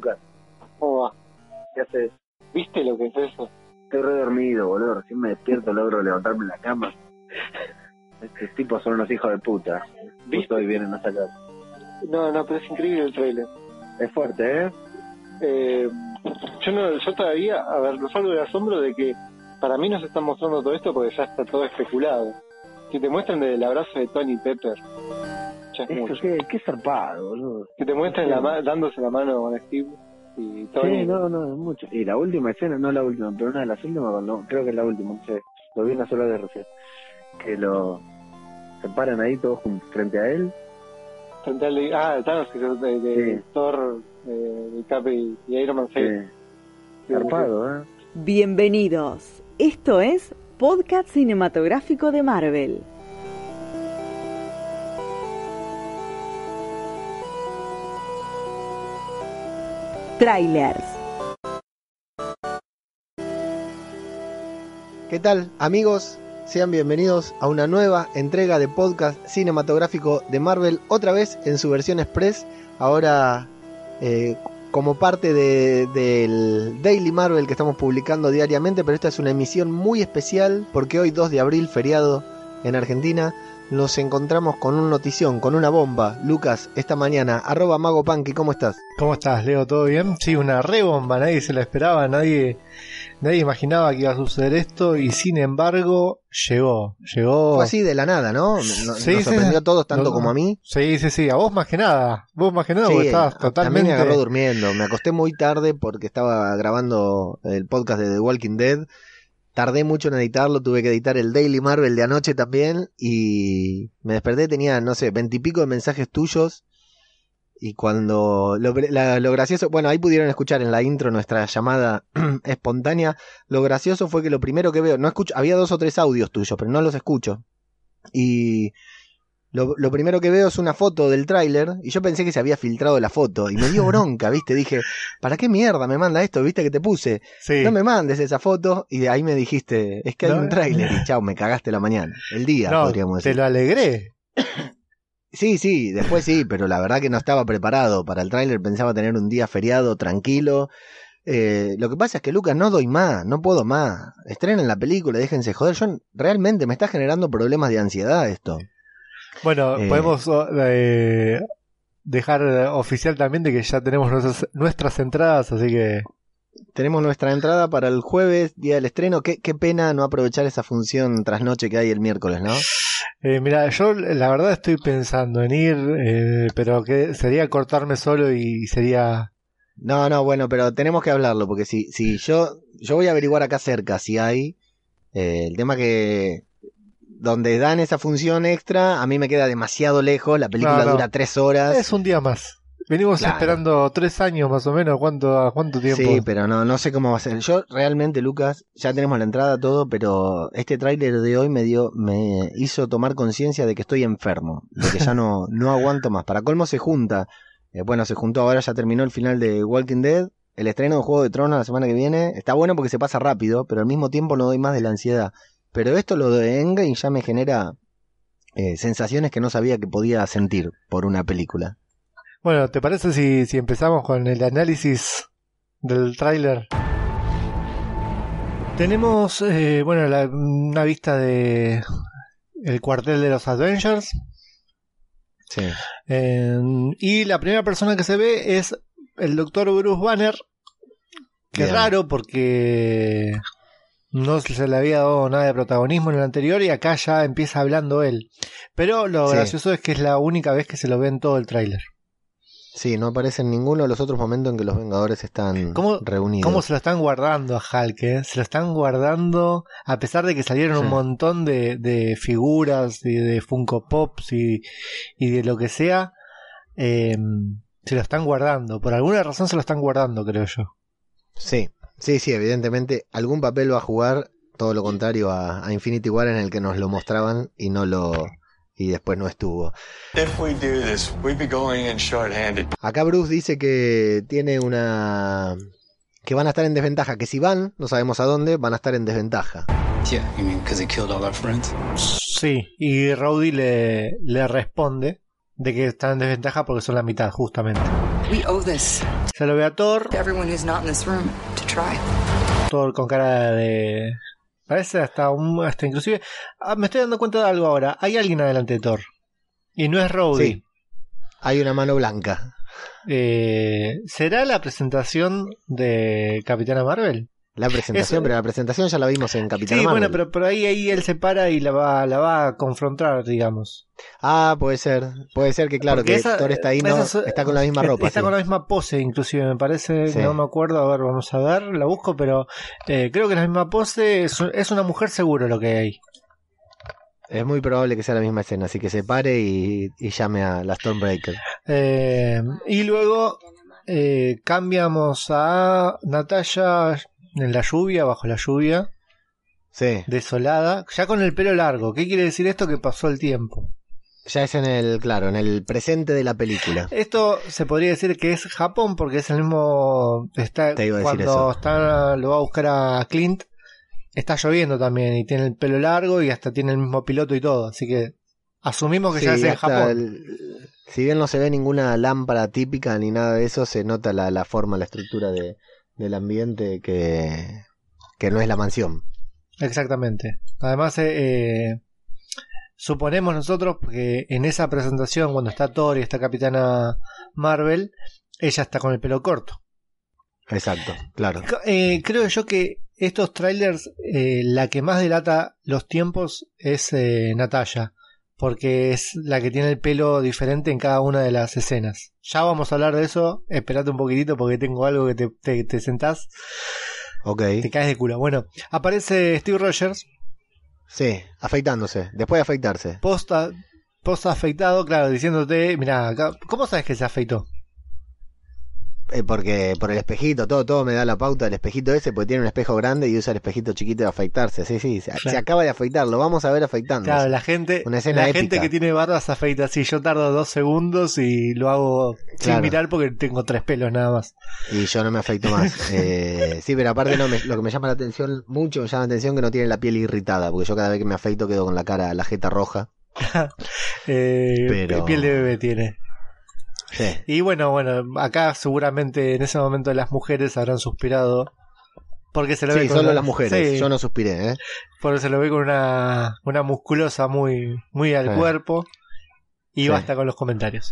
Lucas? ¿Cómo va? ¿Qué haces? ¿Viste lo que es eso? Estoy re dormido, boludo. Recién me despierto, logro levantarme en la cama. Estos tipos son unos hijos de puta. Justo hoy vienen a sacar. No, pero es increíble el trailer. Es fuerte, Yo todavía, a ver, no salgo del asombro de que para mí nos están mostrando todo esto porque ya está todo especulado. Que te muestren el abrazo de Tony Pepper. Ya es mucho. Qué zarpado, boludo. Que te muestren dándose la mano con Steve y Tony. Sí, no, es mucho. Y la última escena, no la última, pero una de las últimas, no, creo que es la última, no sé. Lo vi una sola vez recién. Que se paran ahí todos frente a él. Frente al Thanos, que de Thor, de Cap y Iron Man 6. Zarpado, Bienvenidos. Esto es Podcast Cinematográfico de Marvel. Trailers. ¿Qué tal, amigos? Sean bienvenidos a una nueva entrega de podcast cinematográfico de Marvel, otra vez en su versión express, ahora como parte del Daily Marvel que estamos publicando diariamente, pero esta es una emisión muy especial porque hoy 2 de abril, feriado en Argentina, nos encontramos con una notición, con una bomba. Lucas, esta mañana, @MagoPunky, ¿cómo estás? ¿Cómo estás, Leo? ¿Todo bien? Sí, una re bomba, nadie se la esperaba, nadie imaginaba que iba a suceder esto y sin embargo llegó. Fue así de la nada, ¿no? Sí, nos sorprendió a todos tanto como a mí. Sí, a vos más que nada, porque estabas totalmente... También me agarró durmiendo, me acosté muy tarde porque estaba grabando el podcast de The Walking Dead. Tardé mucho en editarlo, tuve que editar el Daily Marvel de anoche también y me desperté, tenía, no sé, 20 y pico de mensajes tuyos y cuando lo gracioso, bueno, ahí pudieron escuchar en la intro nuestra llamada espontánea, lo gracioso fue que lo primero que veo, no escucho, había 2 o 3 audios tuyos, pero no los escucho y lo primero que veo es una foto del tráiler y yo pensé que se había filtrado la foto y me dio bronca, ¿viste? Dije, ¿para qué mierda me manda esto? ¿Viste que te puse? Sí. No me mandes esa foto y de ahí me dijiste, es que hay un tráiler y chao, me cagaste la mañana, el día, podríamos decir. Te lo alegré. Sí, después sí, pero la verdad que no estaba preparado para el tráiler, pensaba tener un día feriado tranquilo. Lo que pasa es que Lucas, no doy más, no puedo más. Estrenen la película, déjense joder, yo realmente me está generando problemas de ansiedad esto. Bueno, podemos dejar oficial también de que ya tenemos nuestras entradas, así que... Tenemos nuestra entrada para el jueves, día del estreno. Qué pena no aprovechar esa función trasnoche que hay el miércoles, ¿no? Mira, yo la verdad estoy pensando en ir, pero que sería cortarme solo y sería... No, bueno, pero tenemos que hablarlo, porque si yo voy a averiguar acá cerca si hay. El tema que... Donde dan esa función extra, a mí me queda demasiado lejos, la película dura 3 horas. Es un día más. Venimos esperando 3 años más o menos, ¿cuánto tiempo? Sí, pero no sé cómo va a ser. Yo realmente, Lucas, ya tenemos la entrada, todo, pero este tráiler de hoy me hizo tomar conciencia de que estoy enfermo, de que ya no aguanto más. Para colmo se junta, se juntó ahora, ya terminó el final de Walking Dead, el estreno de Juego de Tronos la semana que viene. Está bueno porque se pasa rápido, pero al mismo tiempo no doy más de la ansiedad. Pero esto, lo de Endgame, ya me genera sensaciones que no sabía que podía sentir por una película. Bueno, ¿te parece si empezamos con el análisis del tráiler? Tenemos, una vista de el cuartel de los Avengers. Sí. Y la primera persona que se ve es el Dr. Bruce Banner. Que es raro porque... no se le había dado nada de protagonismo en el anterior y acá ya empieza hablando él. Pero lo gracioso es que es la única vez que se lo ve en todo el tráiler. Sí, no aparece en ninguno de los otros momentos en que los Vengadores están reunidos. ¿Cómo se lo están guardando a Hulk? Se lo están guardando a pesar de que salieron un montón de figuras y de Funko Pops y de lo que sea. Se lo están guardando. Por alguna razón se lo están guardando, creo yo. Sí, evidentemente algún papel va a jugar, todo lo contrario a Infinity War, en el que nos lo mostraban y después no estuvo. Acá Bruce dice que tiene que van a estar en desventaja, que si van, no sabemos a dónde, van a estar en desventaja. Sí, y Rhodey le responde de que están en desventaja porque son la mitad, justamente. We owe this Se lo ve a Thor, to everyone who's not in this room to try. Thor con cara de... Parece hasta inclusive... me estoy dando cuenta de algo ahora. Hay alguien adelante de Thor. Y no es Rhodey. Sí. Hay una mano blanca. ¿Será la presentación de Capitana Marvel? La presentación, pero la presentación ya la vimos en Capitana Sí, Marvel. bueno, pero ahí él se para y la va a confrontar, digamos. Ah, puede ser que claro, Porque que Thor está ahí, no, está con la misma ropa. Está sí. con la misma pose, inclusive, me parece, Sí. no me acuerdo, a ver, vamos a ver, la busco, pero creo que la misma pose, es una mujer seguro lo que hay. Es muy probable que sea la misma escena, así que se pare y llame a la Stormbreaker. Y luego cambiamos a Natasha en la lluvia, bajo la lluvia, Sí, desolada, ya con el pelo largo. ¿Qué quiere decir esto? Que pasó el tiempo. ya es en el presente de la película. Esto se podría decir que es Japón porque es el mismo... Te iba a decir cuando eso. lo va a buscar a Clint, está lloviendo también y tiene el pelo largo y hasta tiene el mismo piloto y todo. Así que asumimos que Sí, ya es en hasta Japón. si bien no se ve ninguna lámpara típica ni nada de eso, se nota la forma, la estructura del ambiente que no es la mansión. Exactamente. Además, suponemos nosotros que en esa presentación, cuando está Thor y está Capitana Marvel, ella está con el pelo corto. Exacto, claro. Creo yo que estos trailers, la que más delata los tiempos es Natasha, porque es la que tiene el pelo diferente en cada una de las escenas. Ya vamos a hablar de eso, esperate un poquitito porque tengo algo que te sentás, Ok. te caes de culo. Bueno, aparece Steve Rogers, Sí, afeitándose, después de afeitarse. post afeitado, claro, diciéndote, mira, ¿cómo sabes que se afeitó? Porque por el espejito, todo me da la pauta del espejito ese, porque tiene un espejo grande y usa el espejito chiquito de afeitarse. Sí, se acaba de afeitar, lo vamos a ver afeitándose. Claro, la gente que tiene barba se afeita así. Yo tardo 2 segundos y lo hago sin Claro. mirar porque tengo 3 pelos nada más. Y yo no me afeito más. Sí, pero aparte lo que me llama la atención, mucho me llama la atención que no tiene la piel irritada, porque yo cada vez que me afeito quedo con la jeta roja. Pero- Piel de bebé tiene. Sí. Y bueno, acá seguramente en ese momento las mujeres habrán suspirado. Porque se lo ve Sí, con solo las mujeres, sí, yo no suspiré, ¿eh? porque se lo ve con una musculosa muy, muy al Sí. cuerpo. Y Sí. basta con los comentarios.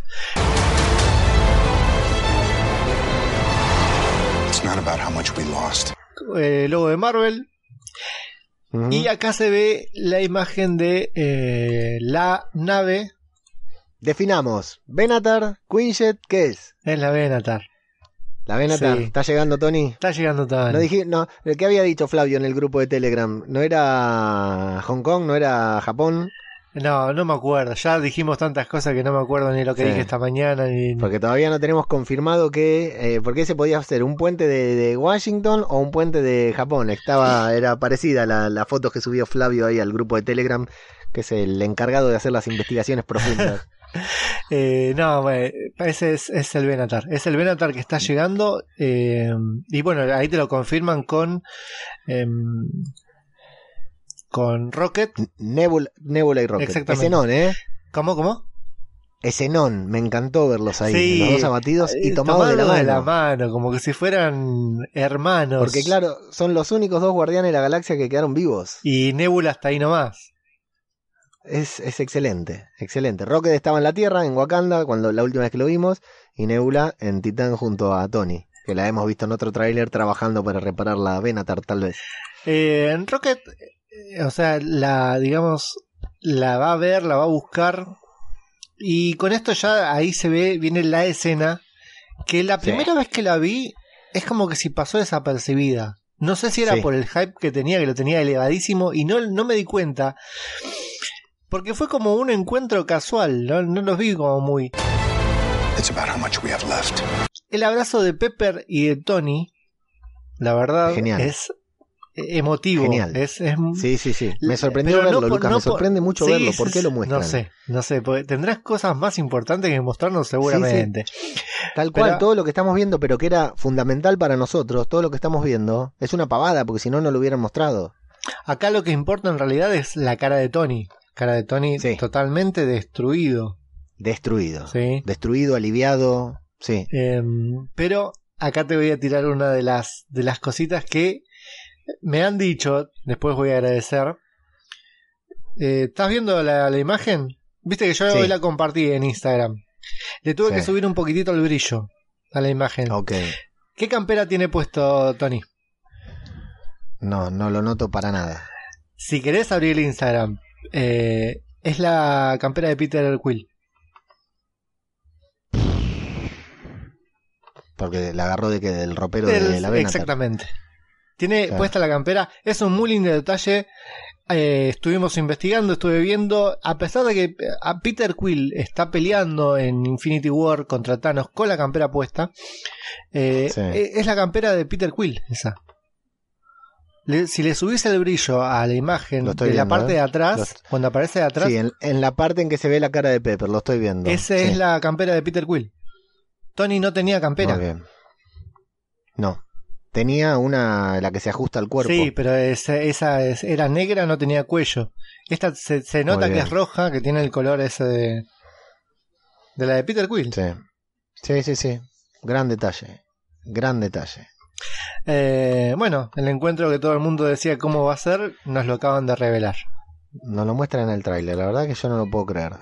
It's not about how much we lost. Logo de Marvel. Ujú. Y acá se ve la imagen de la nave. Definamos, Benatar, Quinjet, ¿qué es? Es la Benatar. La Benatar, Sí. ¿está llegando Tony? Está llegando tan. No, ¿qué había dicho Flavio en el grupo de Telegram? ¿No era Hong Kong? ¿No era Japón? No me acuerdo. Ya dijimos tantas cosas que no me acuerdo ni lo que Sí. dije esta mañana. Ni... Porque todavía no tenemos confirmado que... ¿por qué se podía hacer? ¿Un puente de Washington o un puente de Japón? Era parecida la foto que subió Flavio ahí al grupo de Telegram, que es el encargado de hacer las investigaciones profundas. Ese es el Benatar. Es el Benatar que está llegando. Y bueno, ahí te lo confirman con Rocket. Nebula y Rocket. Exactamente. Escenón, ¿eh? ¿Cómo? Escenón, me encantó verlos ahí, Sí, los dos abatidos y tomados de la mano. como que si fueran hermanos. Porque claro, son los únicos dos guardianes de la galaxia que quedaron vivos. Y Nebula está ahí nomás. Es excelente, excelente. Rocket estaba en la Tierra, en Wakanda, cuando la última vez que lo vimos, y Nebula en Titán junto a Tony, que la hemos visto en otro tráiler trabajando para reparar la Benatar, tal vez. En Rocket, o sea, la va a ver, la va a buscar. Y con esto ya ahí viene la escena, que la primera vez que la vi, es como que si pasó desapercibida. No sé si era por el hype que lo tenía elevadísimo, y no me di cuenta. Porque fue como un encuentro casual, no los vi como muy... It's about how much we have left. El abrazo de Pepper y de Tony, la verdad, Genial. es emotivo. Genial. Sí. Me sorprendió Pero verlo, Lucas, me sorprende mucho verlo. ¿Por qué lo muestran? No sé, porque tendrás cosas más importantes que mostrarnos seguramente. Tal cual, todo lo que estamos viendo, pero que era fundamental para nosotros, todo lo que estamos viendo, es una pavada, porque si no, no lo hubieran mostrado. Acá lo que importa en realidad es la cara de Tony. Cara de Tony totalmente destruido. Destruido. Sí. Destruido, aliviado. Sí. Pero acá te voy a tirar una de las cositas que me han dicho, después voy a agradecer. ¿Estás viendo la imagen? Viste que yo Sí. hoy la compartí en Instagram. Le tuve Sí. que subir un poquitito el brillo a la imagen. Ok. ¿Qué campera tiene puesto Tony? No lo noto para nada. Si querés abrir el Instagram, es la campera de Peter Quill. Porque la agarró del ropero de la Venator. Exactamente. Tiene Claro. puesta la campera. Es un muy lindo detalle. Estuvimos investigando, estuve viendo. A pesar de que a Peter Quill está peleando en Infinity War contra Thanos con la campera puesta, es la campera de Peter Quill esa. Si le subís el brillo a la imagen Lo de estoy la viendo, parte de atrás, cuando aparece de atrás, Sí, en la parte en que se ve la cara de Pepper, lo estoy viendo. esa Sí. es la campera de Peter Quill. Tony no tenía campera. Muy bien. No. Tenía la que se ajusta al cuerpo. Sí, pero esa era negra, no tenía cuello. Esta se nota que bien. es roja, que tiene el color ese de la de Peter Quill. Sí. Gran detalle. Gran detalle. Bueno, el encuentro que todo el mundo decía cómo va a ser, nos lo acaban de revelar. Nos lo muestran en el tráiler. La verdad que yo no lo puedo creer.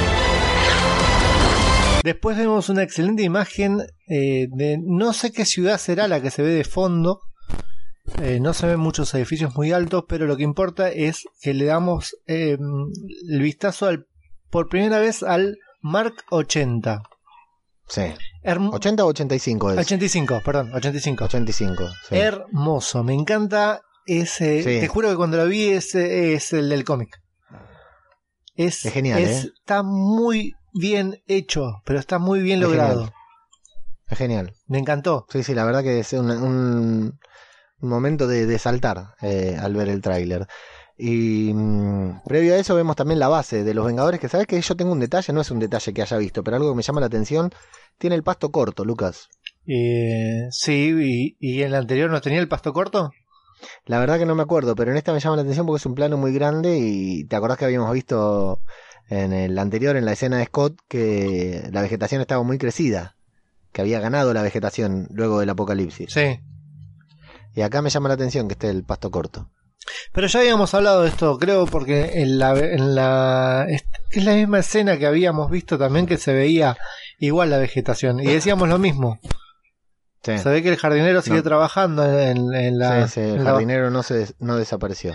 Después vemos una excelente imagen de no sé qué ciudad será la que se ve de fondo. No se ven muchos edificios muy altos, pero lo que importa es que le damos el vistazo por primera vez al Mark 80. Sí. ¿80 o 85 es? 85, perdón, 85. 85, sí. Hermoso, me encanta ese. Sí. Te juro que cuando lo vi es el del cómic. Es genial, Está muy bien hecho, pero está muy bien Es logrado. genial. Es genial. Me encantó. Sí, la verdad que es un momento de saltar al ver el tráiler. Y previo a eso vemos también la base de los Vengadores, que sabes que yo tengo un detalle, no es un detalle que haya visto, pero algo que me llama la atención, tiene el pasto corto, Lucas. Sí, y en el anterior no tenía el pasto corto. La verdad que no me acuerdo, pero en esta me llama la atención porque es un plano muy grande y te acordás que habíamos visto en el anterior, en la escena de Scott, que la vegetación estaba muy crecida, que había ganado la vegetación luego del apocalipsis. Sí. Y acá me llama la atención que esté el pasto corto. Pero ya habíamos hablado de esto, creo, porque es la misma escena que habíamos visto también, que se veía igual la vegetación y decíamos lo mismo. Sí. Se ve que el jardinero sigue trabajando en la... Sí, el jardinero no desapareció.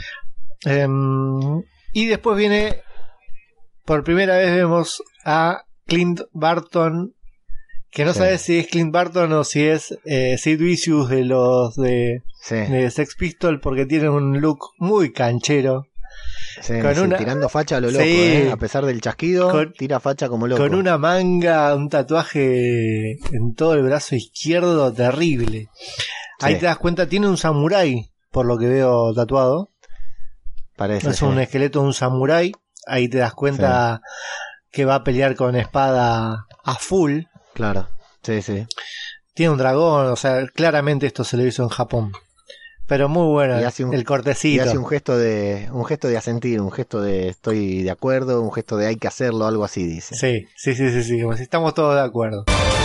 Y después viene, por primera vez vemos a Clint Barton, que no sabes si es Clint Barton o si es Sid Vicious de los de Sex Pistols, porque tiene un look muy canchero. Tirando facha a lo loco, a pesar del chasquido, tira facha como loco. Con una manga, un tatuaje en todo el brazo izquierdo terrible. Ahí te das cuenta, tiene un samurái, por lo que veo tatuado. Parece. Es un esqueleto de un samurái. Ahí te das cuenta que va a pelear con espada a full. Claro, sí. Tiene un dragón, o sea, claramente esto se lo hizo en Japón. Pero muy bueno el cortecito. Y hace un gesto de asentir, un gesto de estoy de acuerdo, un gesto de hay que hacerlo, algo así dice. Sí, como si estamos todos de acuerdo.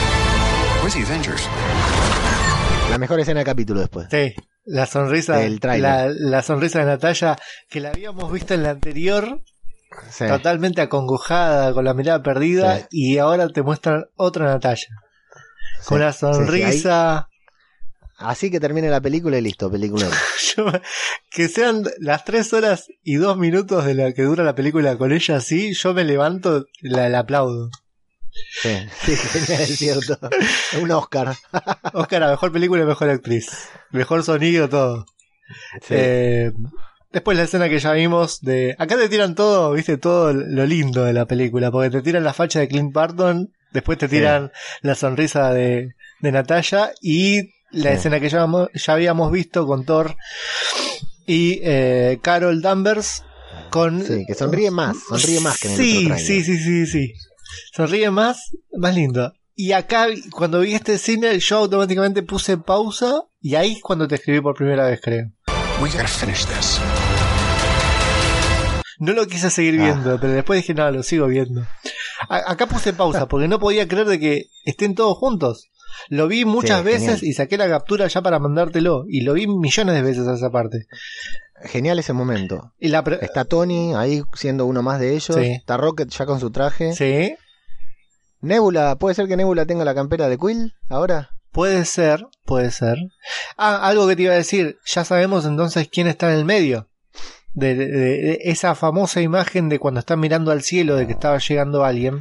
La mejor escena del capítulo después. Sí, la sonrisa del tráiler. La sonrisa de Natalia, que la habíamos visto en la anterior, totalmente acongojada, con la mirada perdida, y ahora te muestran otra Natalia. Con una sonrisa... Así que termine la película y listo, película. Que sean las 3 horas y 2 minutos de la que dura la película con ella así, yo me levanto, la aplaudo. Sí, genial, es cierto. Un Oscar. Oscar a mejor película y mejor actriz. Mejor sonido, todo. Sí. Después la escena que ya vimos de... Acá te tiran todo, viste, todo lo lindo de la película, porque te tiran la facha de Clint Barton, después te tiran la sonrisa de Natalia y... La escena que ya habíamos visto con Thor y Carol Danvers con... Sí, que sonríe más que en el otro tráiler. Sí. Sonríe más lindo. Y acá, cuando vi este cine, yo automáticamente puse pausa y ahí es cuando te escribí por primera vez, creo. We gotta finish this. No lo quise seguir viendo, pero después dije, no, lo sigo viendo. Acá puse pausa porque no podía creer de que estén todos juntos. Lo vi muchas veces y saqué la captura ya para mandártelo. Y lo vi millones de veces a esa parte. Genial ese momento. Y está Tony ahí siendo uno más de ellos. Sí. Está Rocket ya con su traje. Sí. Nebula, ¿puede ser que Nebula tenga la campera de Quill ahora? Puede ser. Algo que te iba a decir. Ya sabemos entonces quién está en el medio. De esa famosa imagen de cuando están mirando al cielo de que estaba llegando alguien.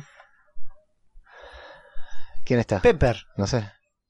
¿Quién está? Pepper. No sé.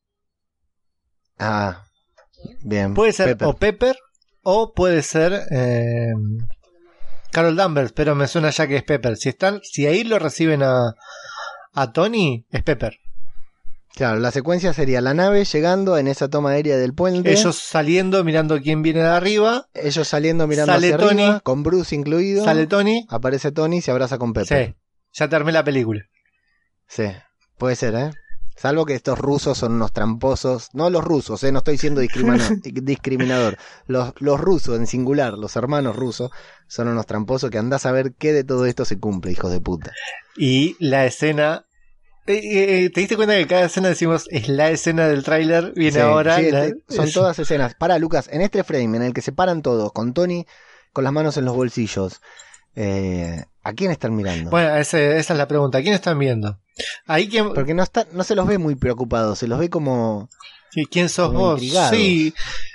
Ah, bien. Puede ser Pepper. o Pepper o puede ser Carol Danvers, pero me suena ya que es Pepper. Si ahí lo reciben a Tony, es Pepper. Claro, la secuencia sería la nave llegando en esa toma aérea del puente. Ellos saliendo, mirando quién viene de arriba. Ellos saliendo, mirando Sale hacia Tony, arriba, con Bruce incluido. Sale Tony. Aparece Tony y se abraza con Pepper. Sí, ya te armé la película. Sí, puede ser, ¿eh? Salvo que estos rusos son unos tramposos. No los rusos, no estoy siendo discriminador. Los rusos en singular, los hermanos rusos, son unos tramposos que andás a ver qué de todo esto se cumple, hijos de puta. Y la escena... ¿Te diste cuenta que cada escena decimos es la escena del tráiler? Viene Sí, ahora. sí, son todas escenas. Para, Lucas, en este frame en el que se paran todos, con Tony con las manos en los bolsillos, ¿a quién están mirando? Bueno, esa es la pregunta. ¿A quién están viendo? Ahí quién... Porque no se los ve muy preocupados, se los ve como... ¿Quién sos como vos? intrigados. Sí.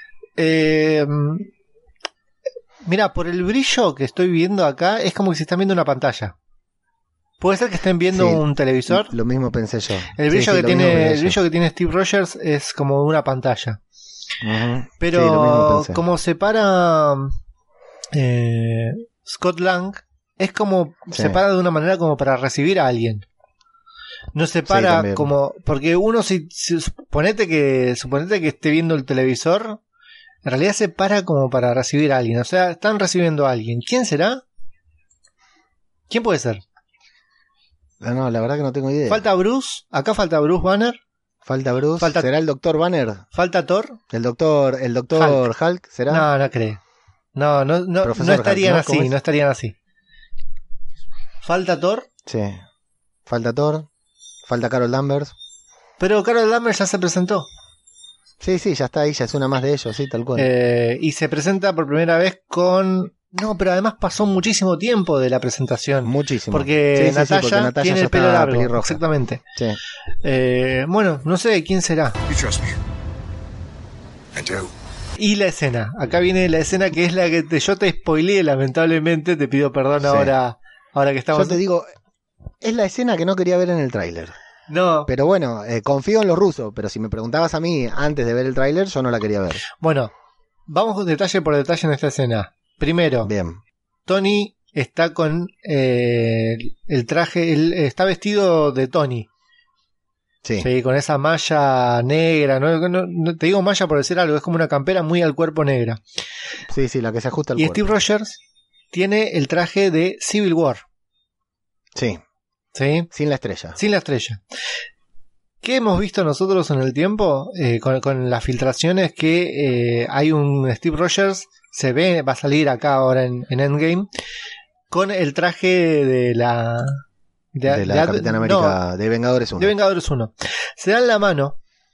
Mira, por el brillo que estoy viendo acá, es como que se están viendo una pantalla. ¿Puede ser que estén viendo Sí, un televisor? Lo mismo pensé yo. El brillo, Sí, que lo mismo tiene, pensé el yo. brillo que tiene Steve Rogers es como una pantalla. Ujú. Pero Sí, lo mismo pensé. como se para Scott Lang, es como Sí. se para de una manera como para recibir a alguien. No se Sí, para también. como... Porque uno, si suponete que esté viendo el televisor, en realidad se para como para recibir a alguien. O sea, están recibiendo a alguien. ¿Quién será? ¿Quién puede ser? No, la verdad que no tengo idea. Falta Bruce. Acá falta Bruce Banner. Falta Bruce. Falta- ¿Será el Dr. Banner? Falta Thor. ¿El doctor Hulk será? No creo. No Profesor estarían Hulk, ¿no? ¿Cómo así, es? no estarían así. Falta Thor, Sí. Falta Thor. Falta Carol Danvers. pero Carol Danvers ya se presentó. Sí, ya está ahí, ya es una más de ellos, sí, tal cual. Y se presenta por primera vez con... No, pero además pasó muchísimo tiempo de la presentación. Muchísimo. Porque, Sí, Natasha porque Natasha tiene ya el pelo está largo. pelirroja. Exactamente. Sí. Bueno, no sé quién será. You trust me? I do. Y la escena. Acá viene la escena que es la que yo te spoileé, lamentablemente. Te pido perdón Sí. ahora que estamos... Yo te digo, es la escena que no quería ver en el tráiler. No, Pero bueno, confío en los rusos, pero si me preguntabas a mí antes de ver el tráiler, yo no la quería ver. bueno, vamos detalle por detalle en esta escena. Primero, Bien. Tony está con el traje, está vestido de Tony, Sí. ¿sí? Con esa malla negra, no te digo malla por decir algo, es como una campera muy al cuerpo negra. Sí, la que se ajusta al Y cuerpo. Steve Rogers tiene el traje de Civil War, Sí, ¿sí? sin la estrella. Sin la estrella. ¿Qué hemos visto nosotros en el tiempo? Con las filtraciones que hay un Steve Rogers, se ve, va a salir acá ahora en Endgame, con el traje de la... De la Capitán América, de Vengadores 1. De Vengadores 1. Se dan la mano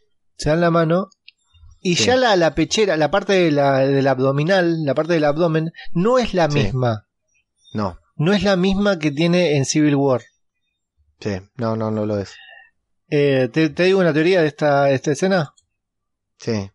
y Sí. ya la pechera, la parte del abdominal, la parte del abdomen, no es la Sí. misma. No, No es la misma que tiene en Civil War. sí, no lo es. ¿Te digo una teoría de esta escena? Sí,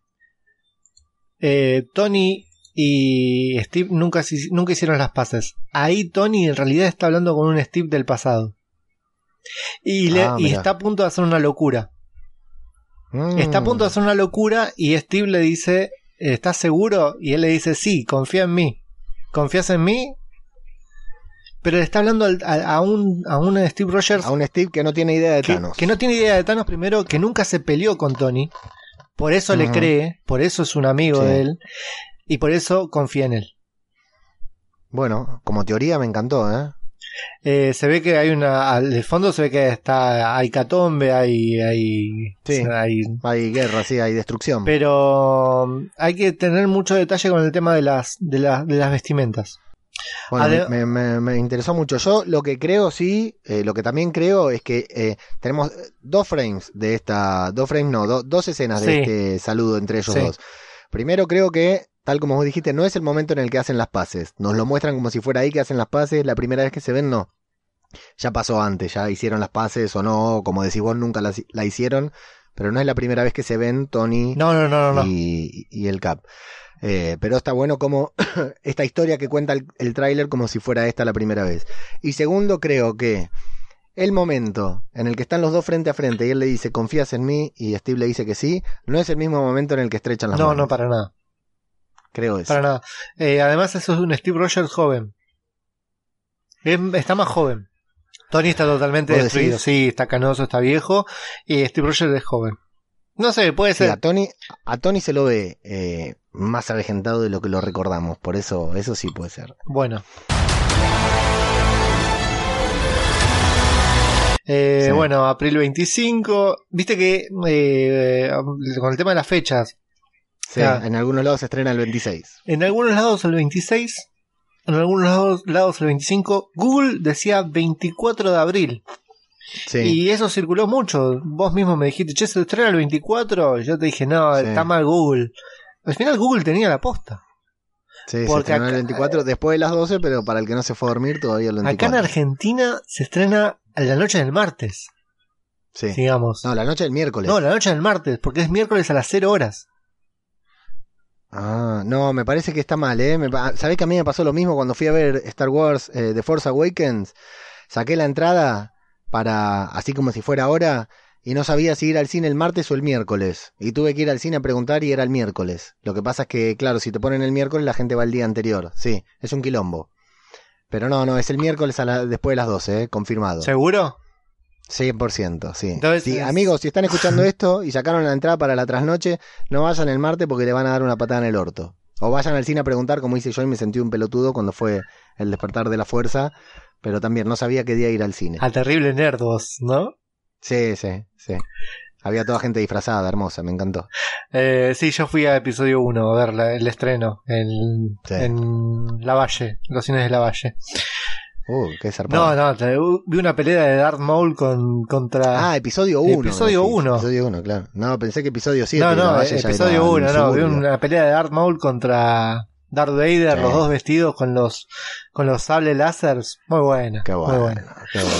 Tony y Steve nunca hicieron las paces. Ahí Tony en realidad está hablando con un Steve del pasado. Y mirá. está a punto de hacer una locura. Está a punto de hacer una locura y Steve le dice, ¿estás seguro? Y él le dice, sí, confía en mí. ¿Confías en mí? Pero le está hablando a un Steve Rogers A un Steve que no tiene idea de Thanos. que no tiene idea de Thanos, primero, que nunca se peleó con Tony. Por eso le Ujú. cree, por eso es un amigo Sí. de él. Y por eso confía en él. Bueno, como teoría me encantó, ¿eh? Se ve que hay al fondo se ve que hay catombe, hay Sí. Hay guerra, sí, hay destrucción. pero hay que tener mucho detalle con el tema de las vestimentas. Bueno, me interesó mucho. Yo lo que creo, sí, lo que también creo es que tenemos dos frames de esta, dos escenas de este saludo entre ellos dos. Primero creo que, tal como vos dijiste, no es el momento en el que hacen las paces. Nos lo muestran como si fuera ahí que hacen las paces, la primera vez que se ven, no. Ya pasó antes, ya hicieron las paces o no, como decís vos, nunca la hicieron, pero no es la primera vez que se ven Tony No. Y el Cap. Pero está bueno como esta historia que cuenta el tráiler como si fuera esta la primera vez. Y segundo, creo que el momento en el que están los dos frente a frente y él le dice ¿confías en mí? Y Steve le dice que sí, no es el mismo momento en el que estrechan las manos. No, para nada. Creo eso. Para nada. Además eso es un Steve Rogers joven. Está más joven. Tony está totalmente destruido. Sí, está canoso, está viejo. Y Steve Rogers es joven. No sé, puede ser. A Tony se lo ve más avejentado de lo que lo recordamos. Por eso sí puede ser. Bueno. Bueno, abril 25. Viste que con el tema de las fechas. Sí, en algunos lados se estrena el 26. En algunos lados el 26. En algunos lados el 25. Google decía 24 de abril. Sí. Y eso circuló mucho. Vos mismo me dijiste, che, se estrena el 24. Y yo te dije, no, está mal Google. Al final Google tenía la posta. Sí, se estrenó el 24 después de las 12, pero para el que no se fue a dormir todavía el 24. Acá en Argentina se estrena a la noche del martes. Sí. Digamos. No, la noche del miércoles. No, la noche del martes, porque es miércoles a las 0 horas. Ah, no, me parece que está mal, ¿Sabés que a mí me pasó lo mismo cuando fui a ver Star Wars The Force Awakens? Saqué la entrada para, así como si fuera ahora, y no sabía si ir al cine el martes o el miércoles. Y tuve que ir al cine a preguntar y era el miércoles. Lo que pasa es que, claro, si te ponen el miércoles la gente va el día anterior. Sí, es un quilombo. Pero no, es el miércoles después de las 12, confirmado. ¿Seguro? 100%, sí. Entonces, sí. Amigos, si están escuchando esto y sacaron la entrada para la trasnoche, no vayan el martes porque le van a dar una patada en el orto. O vayan al cine a preguntar, como hice yo y me sentí un pelotudo cuando fue el despertar de la fuerza, pero también no sabía qué día ir al cine. Al terrible nerd vos, ¿no? Sí. Había toda gente disfrazada, hermosa, me encantó. Sí, yo fui a episodio 1 a ver el estreno en Lavalle, los cines de Lavalle. Qué zarpado. No, vi una pelea de Darth Maul contra... Ah, episodio 1. Episodio 1. Episodio 1, claro. No, pensé que episodio 7. No, episodio 1, no. Vi una pelea de Darth Maul contra Darth Vader, los dos vestidos con los sables láseres. Muy buena. Qué bueno. Muy buena. Qué bueno.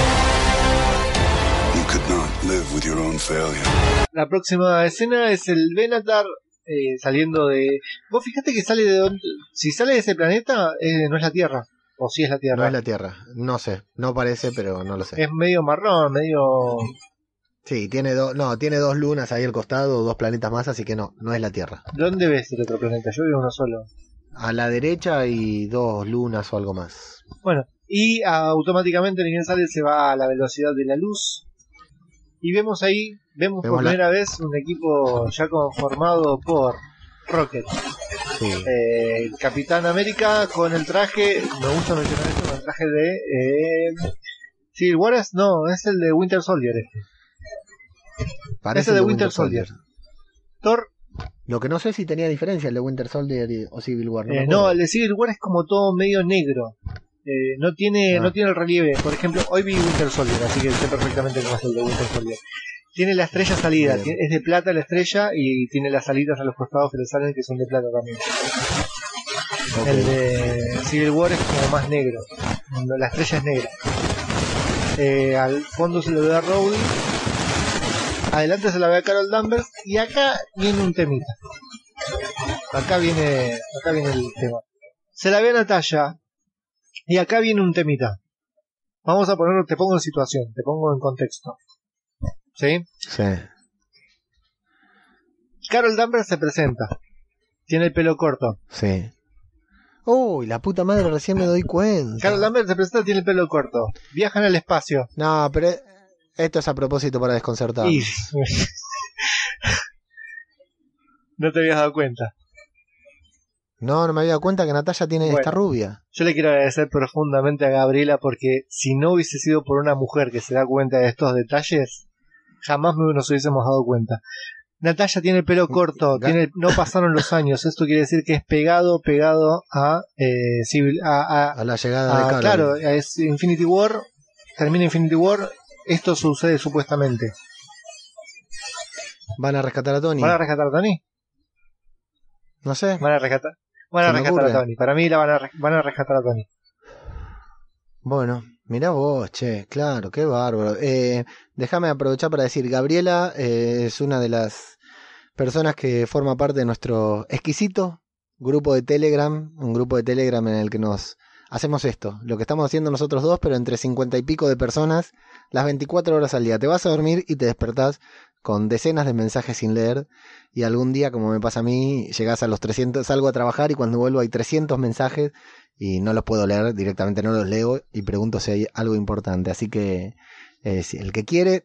You could not live with your own failure. La próxima escena es el Benatar saliendo de... Vos fijate que sale de donde... Si sale de ese planeta, no es la Tierra. O si es la Tierra. No es la Tierra, no sé, no parece, pero no lo sé. Es medio marrón, medio... Sí, tiene dos lunas ahí al costado, dos planetas más, así que no es la Tierra. ¿Dónde ves el otro planeta? Yo veo uno solo. A la derecha y dos lunas o algo más. Bueno, y automáticamente el sale se va a la velocidad de la luz. Y vemos por primera vez un equipo ya conformado por Rocket. Sí. El Capitán América con el traje, me gusta mencionar esto, con el traje de Civil War, no, es el de Winter Soldier Parece el de Winter Soldier. Thor. Lo que no sé si tenía diferencia el de Winter Soldier o Civil War. No, el de Civil War es como todo medio negro. No tiene el relieve. Por ejemplo, hoy vi Winter Soldier, así que sé perfectamente cómo es el de Winter Soldier. Tiene la estrella salida, es de plata la estrella y tiene las alitas a los costados que le salen que son de plata también. Okay. El de Civil War es como más negro, la estrella es negra. Al fondo se lo ve a Rhodey, adelante se la ve a Carol Danvers y acá viene un temita. Acá viene el tema. Se la ve a Natasha y acá viene un temita. Vamos a ponerlo, te pongo en situación, te pongo en contexto. ¿Sí? Sí. Carol Danvers se presenta. Tiene el pelo corto. Sí. Uy, la puta madre, recién me doy cuenta. Carol Danvers se presenta, tiene el pelo corto. Viajan al espacio. No, pero esto es a propósito para desconcertar. No te habías dado cuenta. No me había dado cuenta que Natalia tiene esta rubia. Yo le quiero agradecer profundamente a Gabriela porque si no hubiese sido por una mujer que se da cuenta de estos detalles, jamás nos hubiésemos dado cuenta. Natalia tiene el pelo corto, no pasaron los años. Esto quiere decir que es pegado a a la llegada de Carol. Claro, es Infinity War. Termina Infinity War. Esto sucede supuestamente. ¿Van a rescatar a Tony? ¿Van a rescatar a Tony? No sé. Van a rescatar a Tony. Para mí van a rescatar a Tony. Bueno, mirá vos, che, claro, qué bárbaro. Déjame aprovechar para decir, Gabriela es una de las personas que forma parte de nuestro exquisito grupo de Telegram, un grupo de Telegram en el que nos hacemos esto, lo que estamos haciendo nosotros dos, pero entre 50 y pico de personas, las 24 horas al día. Te vas a dormir y te despertás con decenas de mensajes sin leer, y algún día, como me pasa a mí, llegás a los 300, salgo a trabajar y cuando vuelvo hay 300 mensajes y no los puedo leer, directamente no los leo y pregunto si hay algo importante. Así que si el que quiere,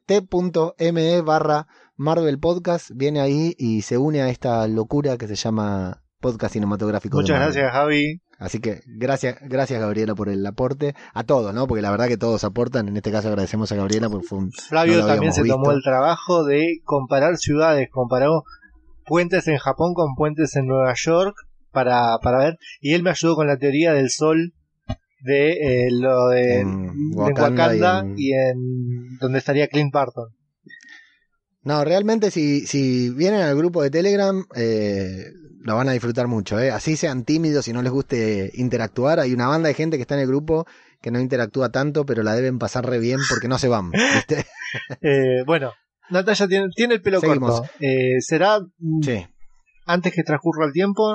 t.me/Marvel Podcast, viene ahí y se une a esta locura que se llama Podcast Cinematográfico. Muchas gracias, Javi. Así que gracias Gabriela por el aporte, a todos, ¿no? Porque la verdad que todos aportan. En este caso agradecemos a Gabriela porque Flavio no también se tomó el trabajo de comparar ciudades, comparó puentes en Japón con puentes en Nueva York para ver, y él me ayudó con la teoría del sol de lo de Wakanda y en donde estaría Clint Barton. No, realmente si vienen al grupo de Telegram lo van a disfrutar mucho, así sean tímidos y no les guste interactuar. Hay una banda de gente que está en el grupo que no interactúa tanto, pero la deben pasar re bien porque no se van, ¿viste? Bueno, Natalia tiene el pelo Seguimos. corto. ¿Será sí. antes que transcurra el tiempo?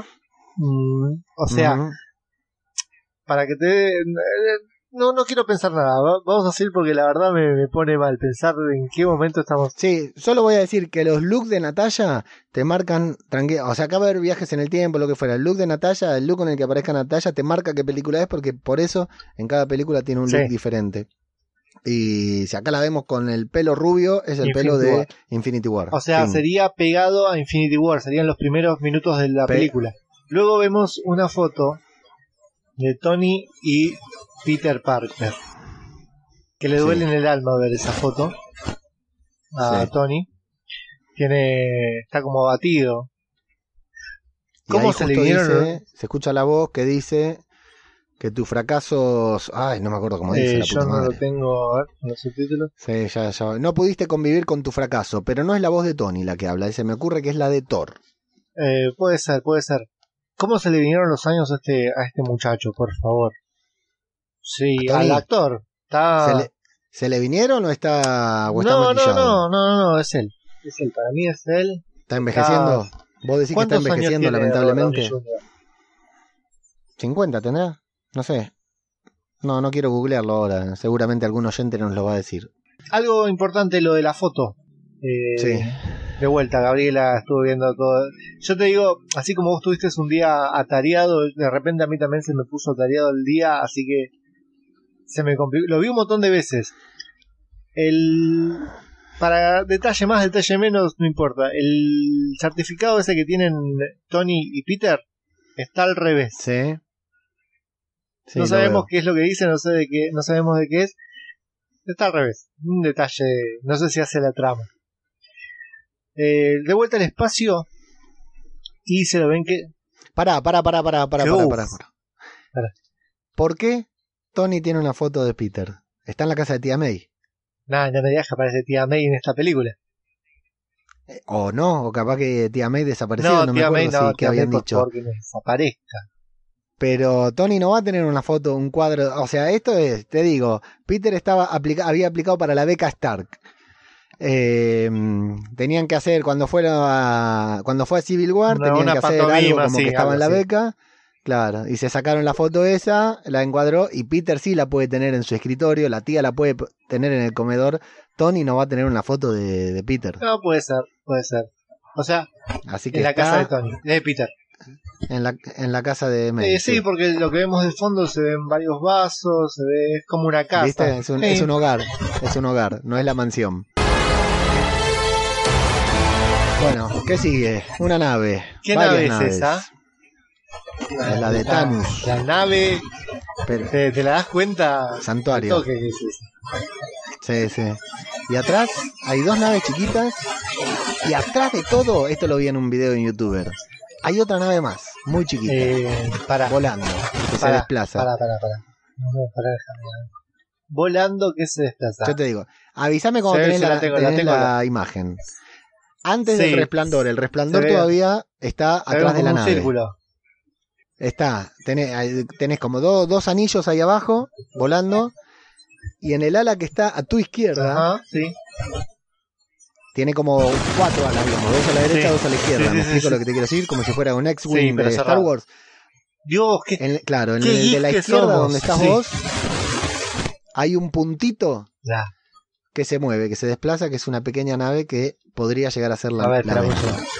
O sea, para que te... No quiero pensar nada. Vamos a seguir porque la verdad me pone mal pensar en qué momento estamos. Sí, solo voy a decir que los looks de Natalia te marcan tranquilo. O sea, acá va a haber viajes en el tiempo, lo que fuera. El look de Natalia, el look con el que aparezca Natalia, te marca qué película es, porque por eso en cada película tiene un look diferente. Y si acá la vemos con el pelo rubio, es el pelo de Infinity War. O sea, sería pegado a Infinity War, serían los primeros minutos de la película. Luego vemos una foto de Tony y Peter Parker, que le duele en el alma ver esa foto a Tony. Está como abatido. ¿Cómo se le vinieron? Se escucha la voz que dice que tus fracasos... Ay, no me acuerdo cómo dice la puta yo no madre. lo tengo, a ver, con los subtítulos. Sí, ya. No pudiste convivir con tu fracaso, pero no es la voz de Tony la que habla, se me ocurre que es la de Thor. Puede ser. ¿Cómo se le vinieron los años a este muchacho, por favor? Sí, al actor. ¿Se le vinieron o está no, maquillado? No, es él. Es él, para mí es él. ¿Está envejeciendo? ¿Vos decís que está envejeciendo, lamentablemente? 50 tendrá, no sé. No quiero googlearlo ahora. Seguramente algún oyente nos lo va a decir. Algo importante lo de la foto. Sí. De vuelta, Gabriela estuvo viendo todo. Yo te digo, así como vos tuviste un día atareado, de repente a mí también se me puso atareado el día, así que se me complicó. Lo vi un montón de veces. Para detalle más, detalle menos, no importa. El certificado ese que tienen Tony y Peter está al revés. Sí. No sabemos qué es lo que dice, no sabemos de qué es. Está al revés. Un detalle, no sé si hace la trama. De vuelta al espacio y se lo ven que... Pará. ¿Por qué Tony tiene una foto de Peter? Está en la casa de tía May. No me digas que aparece tía May en esta película. O no, o capaz que tía May desapareció, no me acuerdo qué habían dicho. Porque no desaparezca. Pero Tony no va a tener una foto, un cuadro, o sea, esto es, te digo, Peter había aplicado para la beca Stark. Tenían que hacer cuando fue a Civil War, tenían que hacer algo como que estaba en la beca, claro, y se sacaron la foto esa, la encuadró, y Peter sí la puede tener en su escritorio, la tía la puede tener en el comedor. Tony no va a tener una foto de Peter. No, puede ser. O sea, así que en la casa de Tony, de Peter. En la casa de May. Sí, porque lo que vemos de fondo se ven varios vasos, se ve como una casa. ¿Viste? Es un hogar, no es la mansión. Bueno, ¿qué sigue? Una nave. ¿Qué nave es esa? La de Thanos. La nave. Pero, ¿Te la das cuenta? Santuario. ¿Qué es eso? Sí. Y atrás hay dos naves chiquitas Y atrás de todo, esto lo vi en un video de un youtuber, hay otra nave más, muy chiquita, volando, que se desplaza. No, déjame ver. Volando que se desplaza. Yo te digo, avísame cuando tenés la imagen. Antes del resplandor, el resplandor todavía está atrás de la nave. Círculo. Está, tenés como dos anillos ahí abajo, volando, y en el ala que está a tu izquierda, tiene como 4 alas, digamos, 2 a la derecha, 2 a la izquierda. ¿Me explico lo que te quiero decir? Como si fuera un X-Wing de Star Wars. Dios, claro, en el de la izquierda, donde estás vos, hay un puntito que se mueve, que se desplaza, que es una pequeña nave que podría llegar a ser la nave.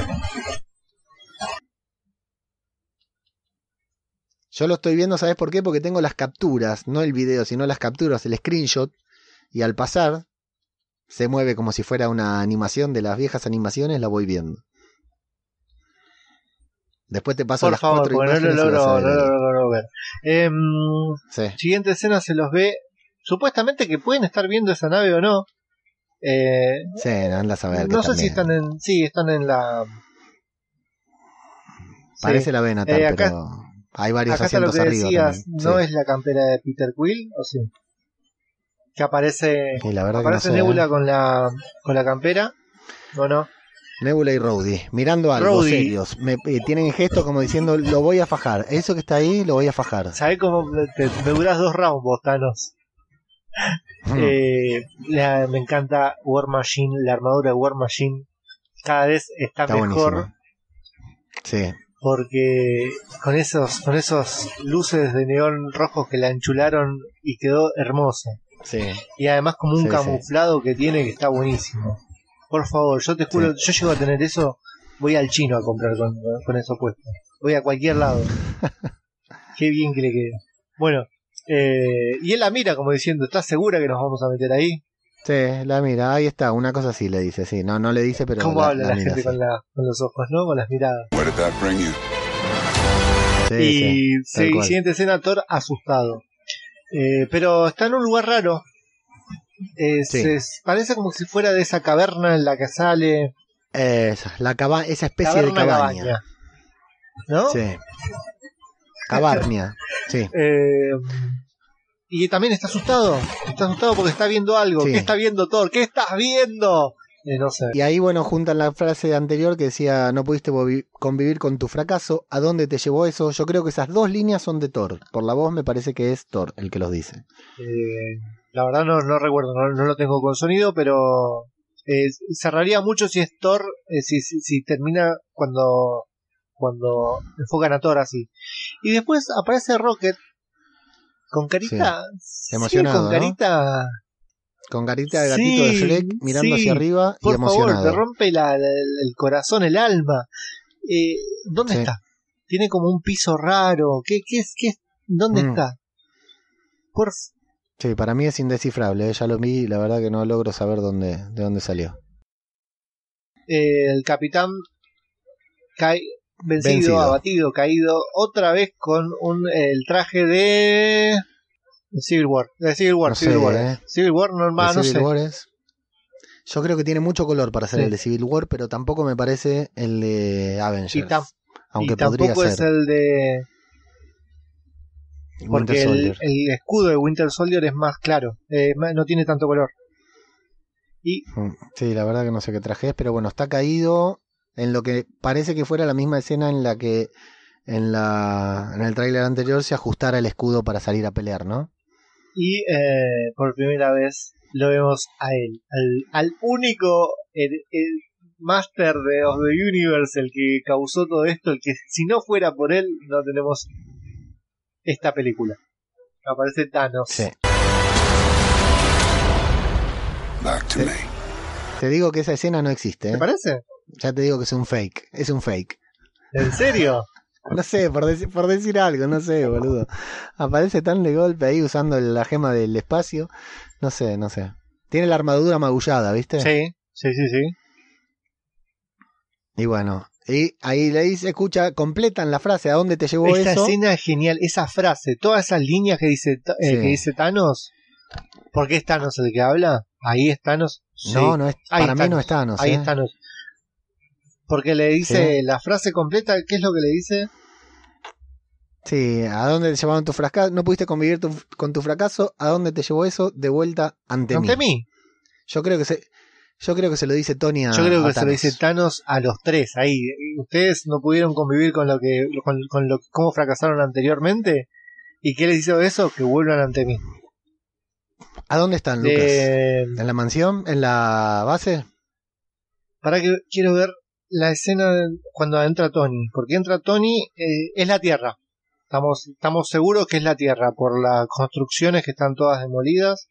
Yo lo estoy viendo, ¿sabes por qué? Porque tengo las capturas, no el video, sino las capturas, el screenshot, y al pasar se mueve como si fuera una animación de las viejas animaciones, la voy viendo. Después te paso las 4 imágenes. No lo logro ver. Siguiente escena se los ve. Supuestamente que pueden estar viendo esa nave o no. Sí, anda a saber. No sé si están en. Sí, están en la. Parece la Benatar, acá, pero hay varios asientos lo que arriba. Decías, ¿no es la campera de Peter Quill? ¿O sí? Que aparece. Sí, la verdad aparece que no sé, Nebula con la campera. ¿O no? Nebula y Rhodey, mirando algo serios. Tienen gestos como diciendo, lo voy a fajar. Eso que está ahí, lo voy a fajar. ¿Sabés cómo me durás 2 rounds vos, Thanos? Me encanta War Machine, la armadura de War Machine. Cada vez está mejor. Buenísima. Sí. Porque con esos luces de neón rojos que la enchularon y quedó hermosa. Sí. Y además como un camuflado que tiene que está buenísimo. Por favor, yo te juro, yo llego a tener eso, voy al chino a comprar con eso puesto. Voy a cualquier lado. Qué bien que le queda. Bueno, y él la mira como diciendo, ¿estás segura que nos vamos a meter ahí? Sí, la mira, ahí está, una cosa así le dice, sí. No le dice, pero ¿cómo habla la gente así con los ojos, no? Con las miradas. Where did that bring you? Y siguiente escena, Thor asustado. Pero está en un lugar raro. Parece como si fuera de esa caverna en la que sale esa especie de cabaña, ¿no? Sí, cabarnia. Sí. Y también está asustado porque está viendo algo. ¿Qué está viendo Thor? ¿Qué estás viendo? No sé. Y ahí, bueno, juntan la frase anterior que decía, no pudiste convivir con tu fracaso, ¿a dónde te llevó eso? Yo creo que esas 2 líneas son de Thor. Por la voz me parece que es Thor el que los dice. La verdad no recuerdo, no lo tengo con sonido, pero cerraría mucho si es Thor, si termina cuando enfocan a Thor así. Y después aparece Rocket con carita... emocionado, con carita... ¿no? Con carita de gatito de Shrek, mirando hacia arriba y emocionado. Por favor, te rompe el corazón, el alma. ¿Dónde está? Tiene como un piso raro. ¿Qué es? ¿Dónde está? Sí, para mí es indescifrable. Ya lo vi y la verdad que no logro saber de dónde salió. El capitán cae vencido, abatido, caído, otra vez con el traje de Civil War. Civil War normal, no sé. Yo creo que tiene mucho color para ser el de Civil War, pero tampoco me parece el de Avengers. Aunque podría tampoco ser. Es el de... Porque el escudo de Winter Soldier es más claro, no tiene tanto color. Sí, la verdad que no sé qué traje es, pero bueno, está caído en lo que parece que fuera la misma escena en la que en el tráiler anterior se ajustara el escudo para salir a pelear, ¿no? Y por primera vez lo vemos a él, al único el Master of the Universe, el que causó todo esto, el que si no fuera por él no tenemos esta película. Aparece Thanos. Sí. Back to me. Te digo que esa escena no existe, ¿eh? ¿Te parece? Ya te digo que es un fake. Es un fake. ¿En serio? No sé, por decir algo, no sé, boludo. Aparece tan de golpe ahí usando la gema del espacio. No sé. Tiene la armadura magullada, ¿viste? Sí. Y bueno, y ahí le dice, escucha, completan la frase, ¿a dónde te llevó esta eso? Esta escena es genial, esa frase, todas esas líneas que dice Thanos. ¿Por qué es Thanos el que habla? Ahí es Thanos. Sí. No es, para mí no es Thanos. Ahí es Thanos. Porque le dice Sí. la frase completa, ¿qué es lo que le dice? Sí, ¿a dónde te llevaron tu fracaso? No pudiste convivir con tu fracaso, ¿a dónde te llevó eso? De vuelta ante mí. Yo creo que se lo dice Tony a Yo creo que a se lo dice Thanos a los tres ahí. Ustedes no pudieron convivir con lo que con lo cómo fracasaron anteriormente. ¿Y qué les hizo eso? Que vuelvan ante mí. ¿A dónde están, Lucas? ¿En la mansión? ¿En la base? Para que quiero ver la escena cuando entra Tony. Porque entra Tony, es la Tierra. Estamos seguros que es la Tierra por las construcciones que están todas demolidas.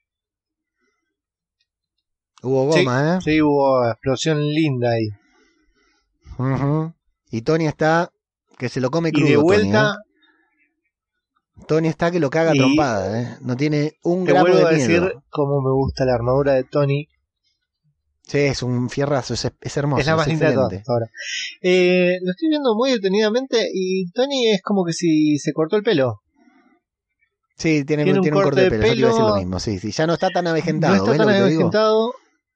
Hubo goma, Sí, hubo explosión linda ahí. Uh-huh. Y Tony está que se lo come crudo. Y de vuelta, Tony está que lo caga y trompada, No tiene un te gramo vuelvo de a miedo. decir cómo me gusta la armadura de Tony. Sí, es un fierrazo, es hermoso. Es la más linda de todas excelente. ahora. Lo estoy viendo muy detenidamente y Tony es como que si se cortó el pelo. Sí, tiene un corte de pelo. Yo te iba a decir lo mismo. Sí, ya no está tan avejentado. No está ¿ves tan lo que te digo? avejentado.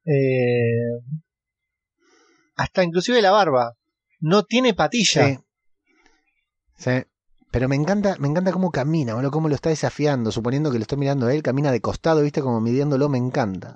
Hasta inclusive la barba. No tiene patilla. Sí. Sí. Pero me encanta cómo camina, boludo, cómo lo está desafiando, suponiendo que lo estoy mirando a él, camina de costado, viste, como midiéndolo, me encanta.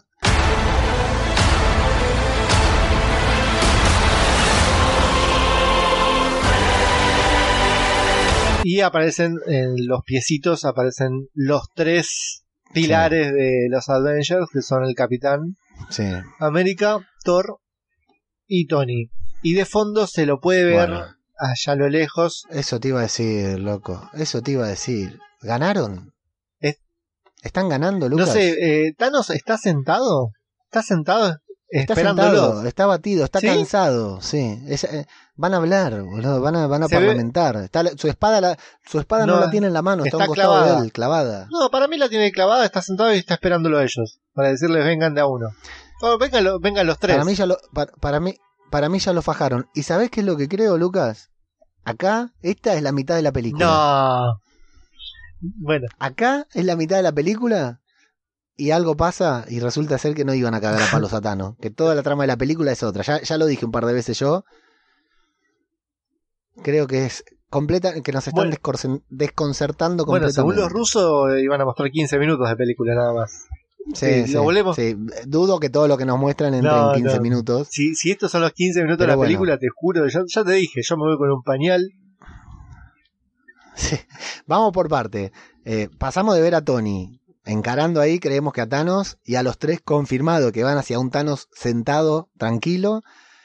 Y aparecen en los piecitos, aparecen los tres pilares de los Avengers, que son el Capitán Sí. América, Thor y Tony. Y de fondo se lo puede ver Bueno. allá a lo lejos. Eso te iba a decir, loco. Eso te iba a decir. ¿Ganaron? ¿Están ganando, Lucas? No sé, Thanos está sentado. Está sentado Está esperándolo. sentado, está batido, está ¿Sí? cansado. Sí. Van a hablar, boludo. Van a Se ve- parlamentar. Su espada no No, la tiene en la mano, está a está un costado clavada. de él, clavada. No, para mí la tiene clavada, está sentado y está esperándolo a ellos. Para decirles vengan de a uno. Oh, vengan los tres. Para mí ya lo fajaron. ¿Y sabés qué es lo que creo, Lucas? Acá, esta es la mitad de la película. No. Bueno, Acá es la mitad de la película y algo pasa y resulta ser que no iban a cagar a palos a Thanos. Que toda la trama de la película es otra. Ya lo dije un par de veces yo. Creo que es completa, que nos están desconcertando bueno, completamente. según los rusos iban a mostrar 15 minutos de película nada más. Sí, lo volvemos. sí. Dudo que todo lo que nos muestran entre en 15 minutos. Si estos son los 15 minutos Pero de la bueno. película, te juro, ya te dije, yo me voy con un pañal. Sí. Vamos por parte. Pasamos de ver a Tony encarando ahí, creemos que a Thanos, y a los tres confirmado que van hacia un Thanos sentado, tranquilo.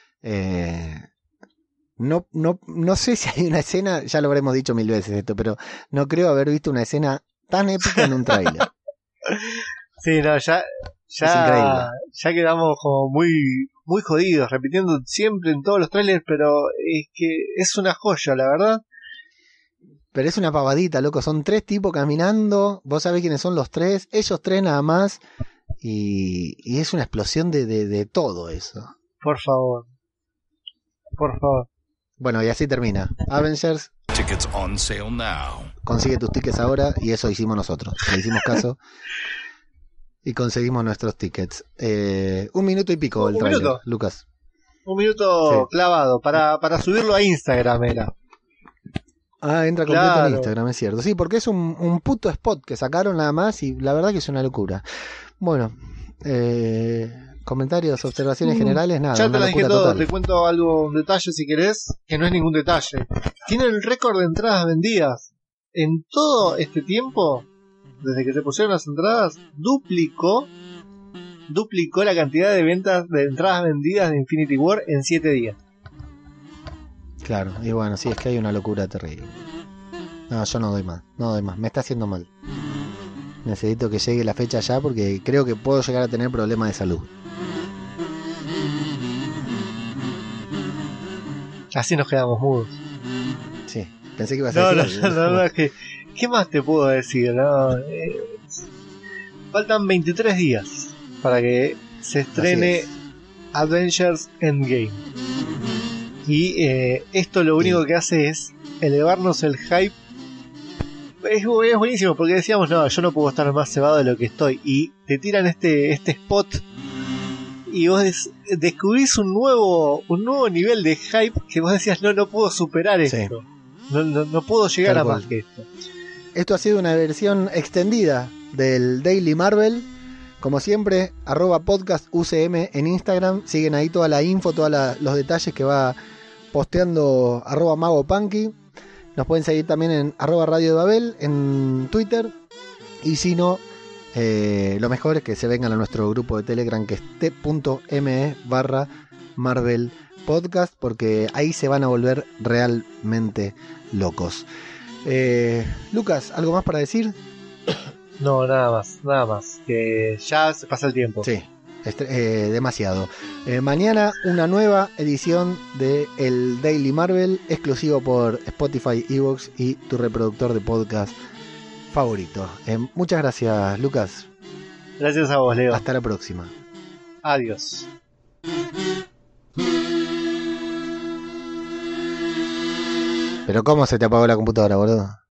No sé si hay una escena, ya lo habremos dicho 1000 veces esto, pero no creo haber visto una escena tan épica en un tráiler. Sí, no, ya increíble. ya quedamos como muy jodidos, repitiendo siempre en todos los trailers, pero es que es una joya, la verdad. Pero es una pavadita, loco. Son tres tipos caminando. Vos sabés quiénes son los tres. Ellos tres nada más. Y es una explosión de todo eso. Por favor. Bueno, y así termina. Avengers, Tickets on sale now. consigue tus tickets ahora. Y eso hicimos nosotros. Le hicimos caso. Y conseguimos nuestros tickets. 1 minuto y pico el Un trailer, minuto. Lucas. Un minuto Sí. clavado para subirlo a Instagram, era. Ah, entra completo Claro. en Instagram, es cierto. Sí, porque es un puto spot que sacaron nada más y la verdad que es una locura. Bueno, comentarios, observaciones generales, nada. Ya te una lo dije locura todo, total. te cuento algo, un detalle si querés, que no es ningún detalle. Tiene el récord de entradas vendidas. En todo este tiempo, desde que se pusieron las entradas, duplicó la cantidad de ventas de entradas vendidas de Infinity War en 7 días. Claro, y bueno, sí, es que hay una locura terrible. No, yo no doy más, me está haciendo mal. Necesito que llegue la fecha ya porque creo que puedo llegar a tener problemas de salud. Así nos quedamos mudos. Sí, pensé que ibas a decir algo. No, es que, ¿qué más te puedo decir? No, faltan 23 días para que se estrene Así es. Avengers Endgame. Y esto lo único que hace es elevarnos el hype. Es buenísimo porque decíamos, no, yo no puedo estar más cebado de lo que estoy. Y te tiran este spot y vos descubrís un nuevo nivel de hype que vos decías, no puedo superar Sí. esto. No puedo llegar Tal a cual. más que esto. Esto ha sido una versión extendida del Daily Marvel. Como siempre, @podcastucm en Instagram. Siguen ahí toda la info, todos los detalles que va posteando @magopunky. Nos pueden seguir también en @Radio de Babel en Twitter. Y si no, lo mejor es que se vengan a nuestro grupo de Telegram, que es t.me/Marvel Podcast, porque ahí se van a volver realmente locos. Lucas, ¿algo más para decir? No, nada más. Que ya se pasa el tiempo. Sí, demasiado. Mañana una nueva edición de el Daily Marvel, exclusivo por Spotify, Evox y tu reproductor de podcast favorito. Muchas gracias, Lucas. Gracias a vos, Leo. Hasta la próxima. Adiós. Pero ¿cómo se te apagó la computadora, boludo?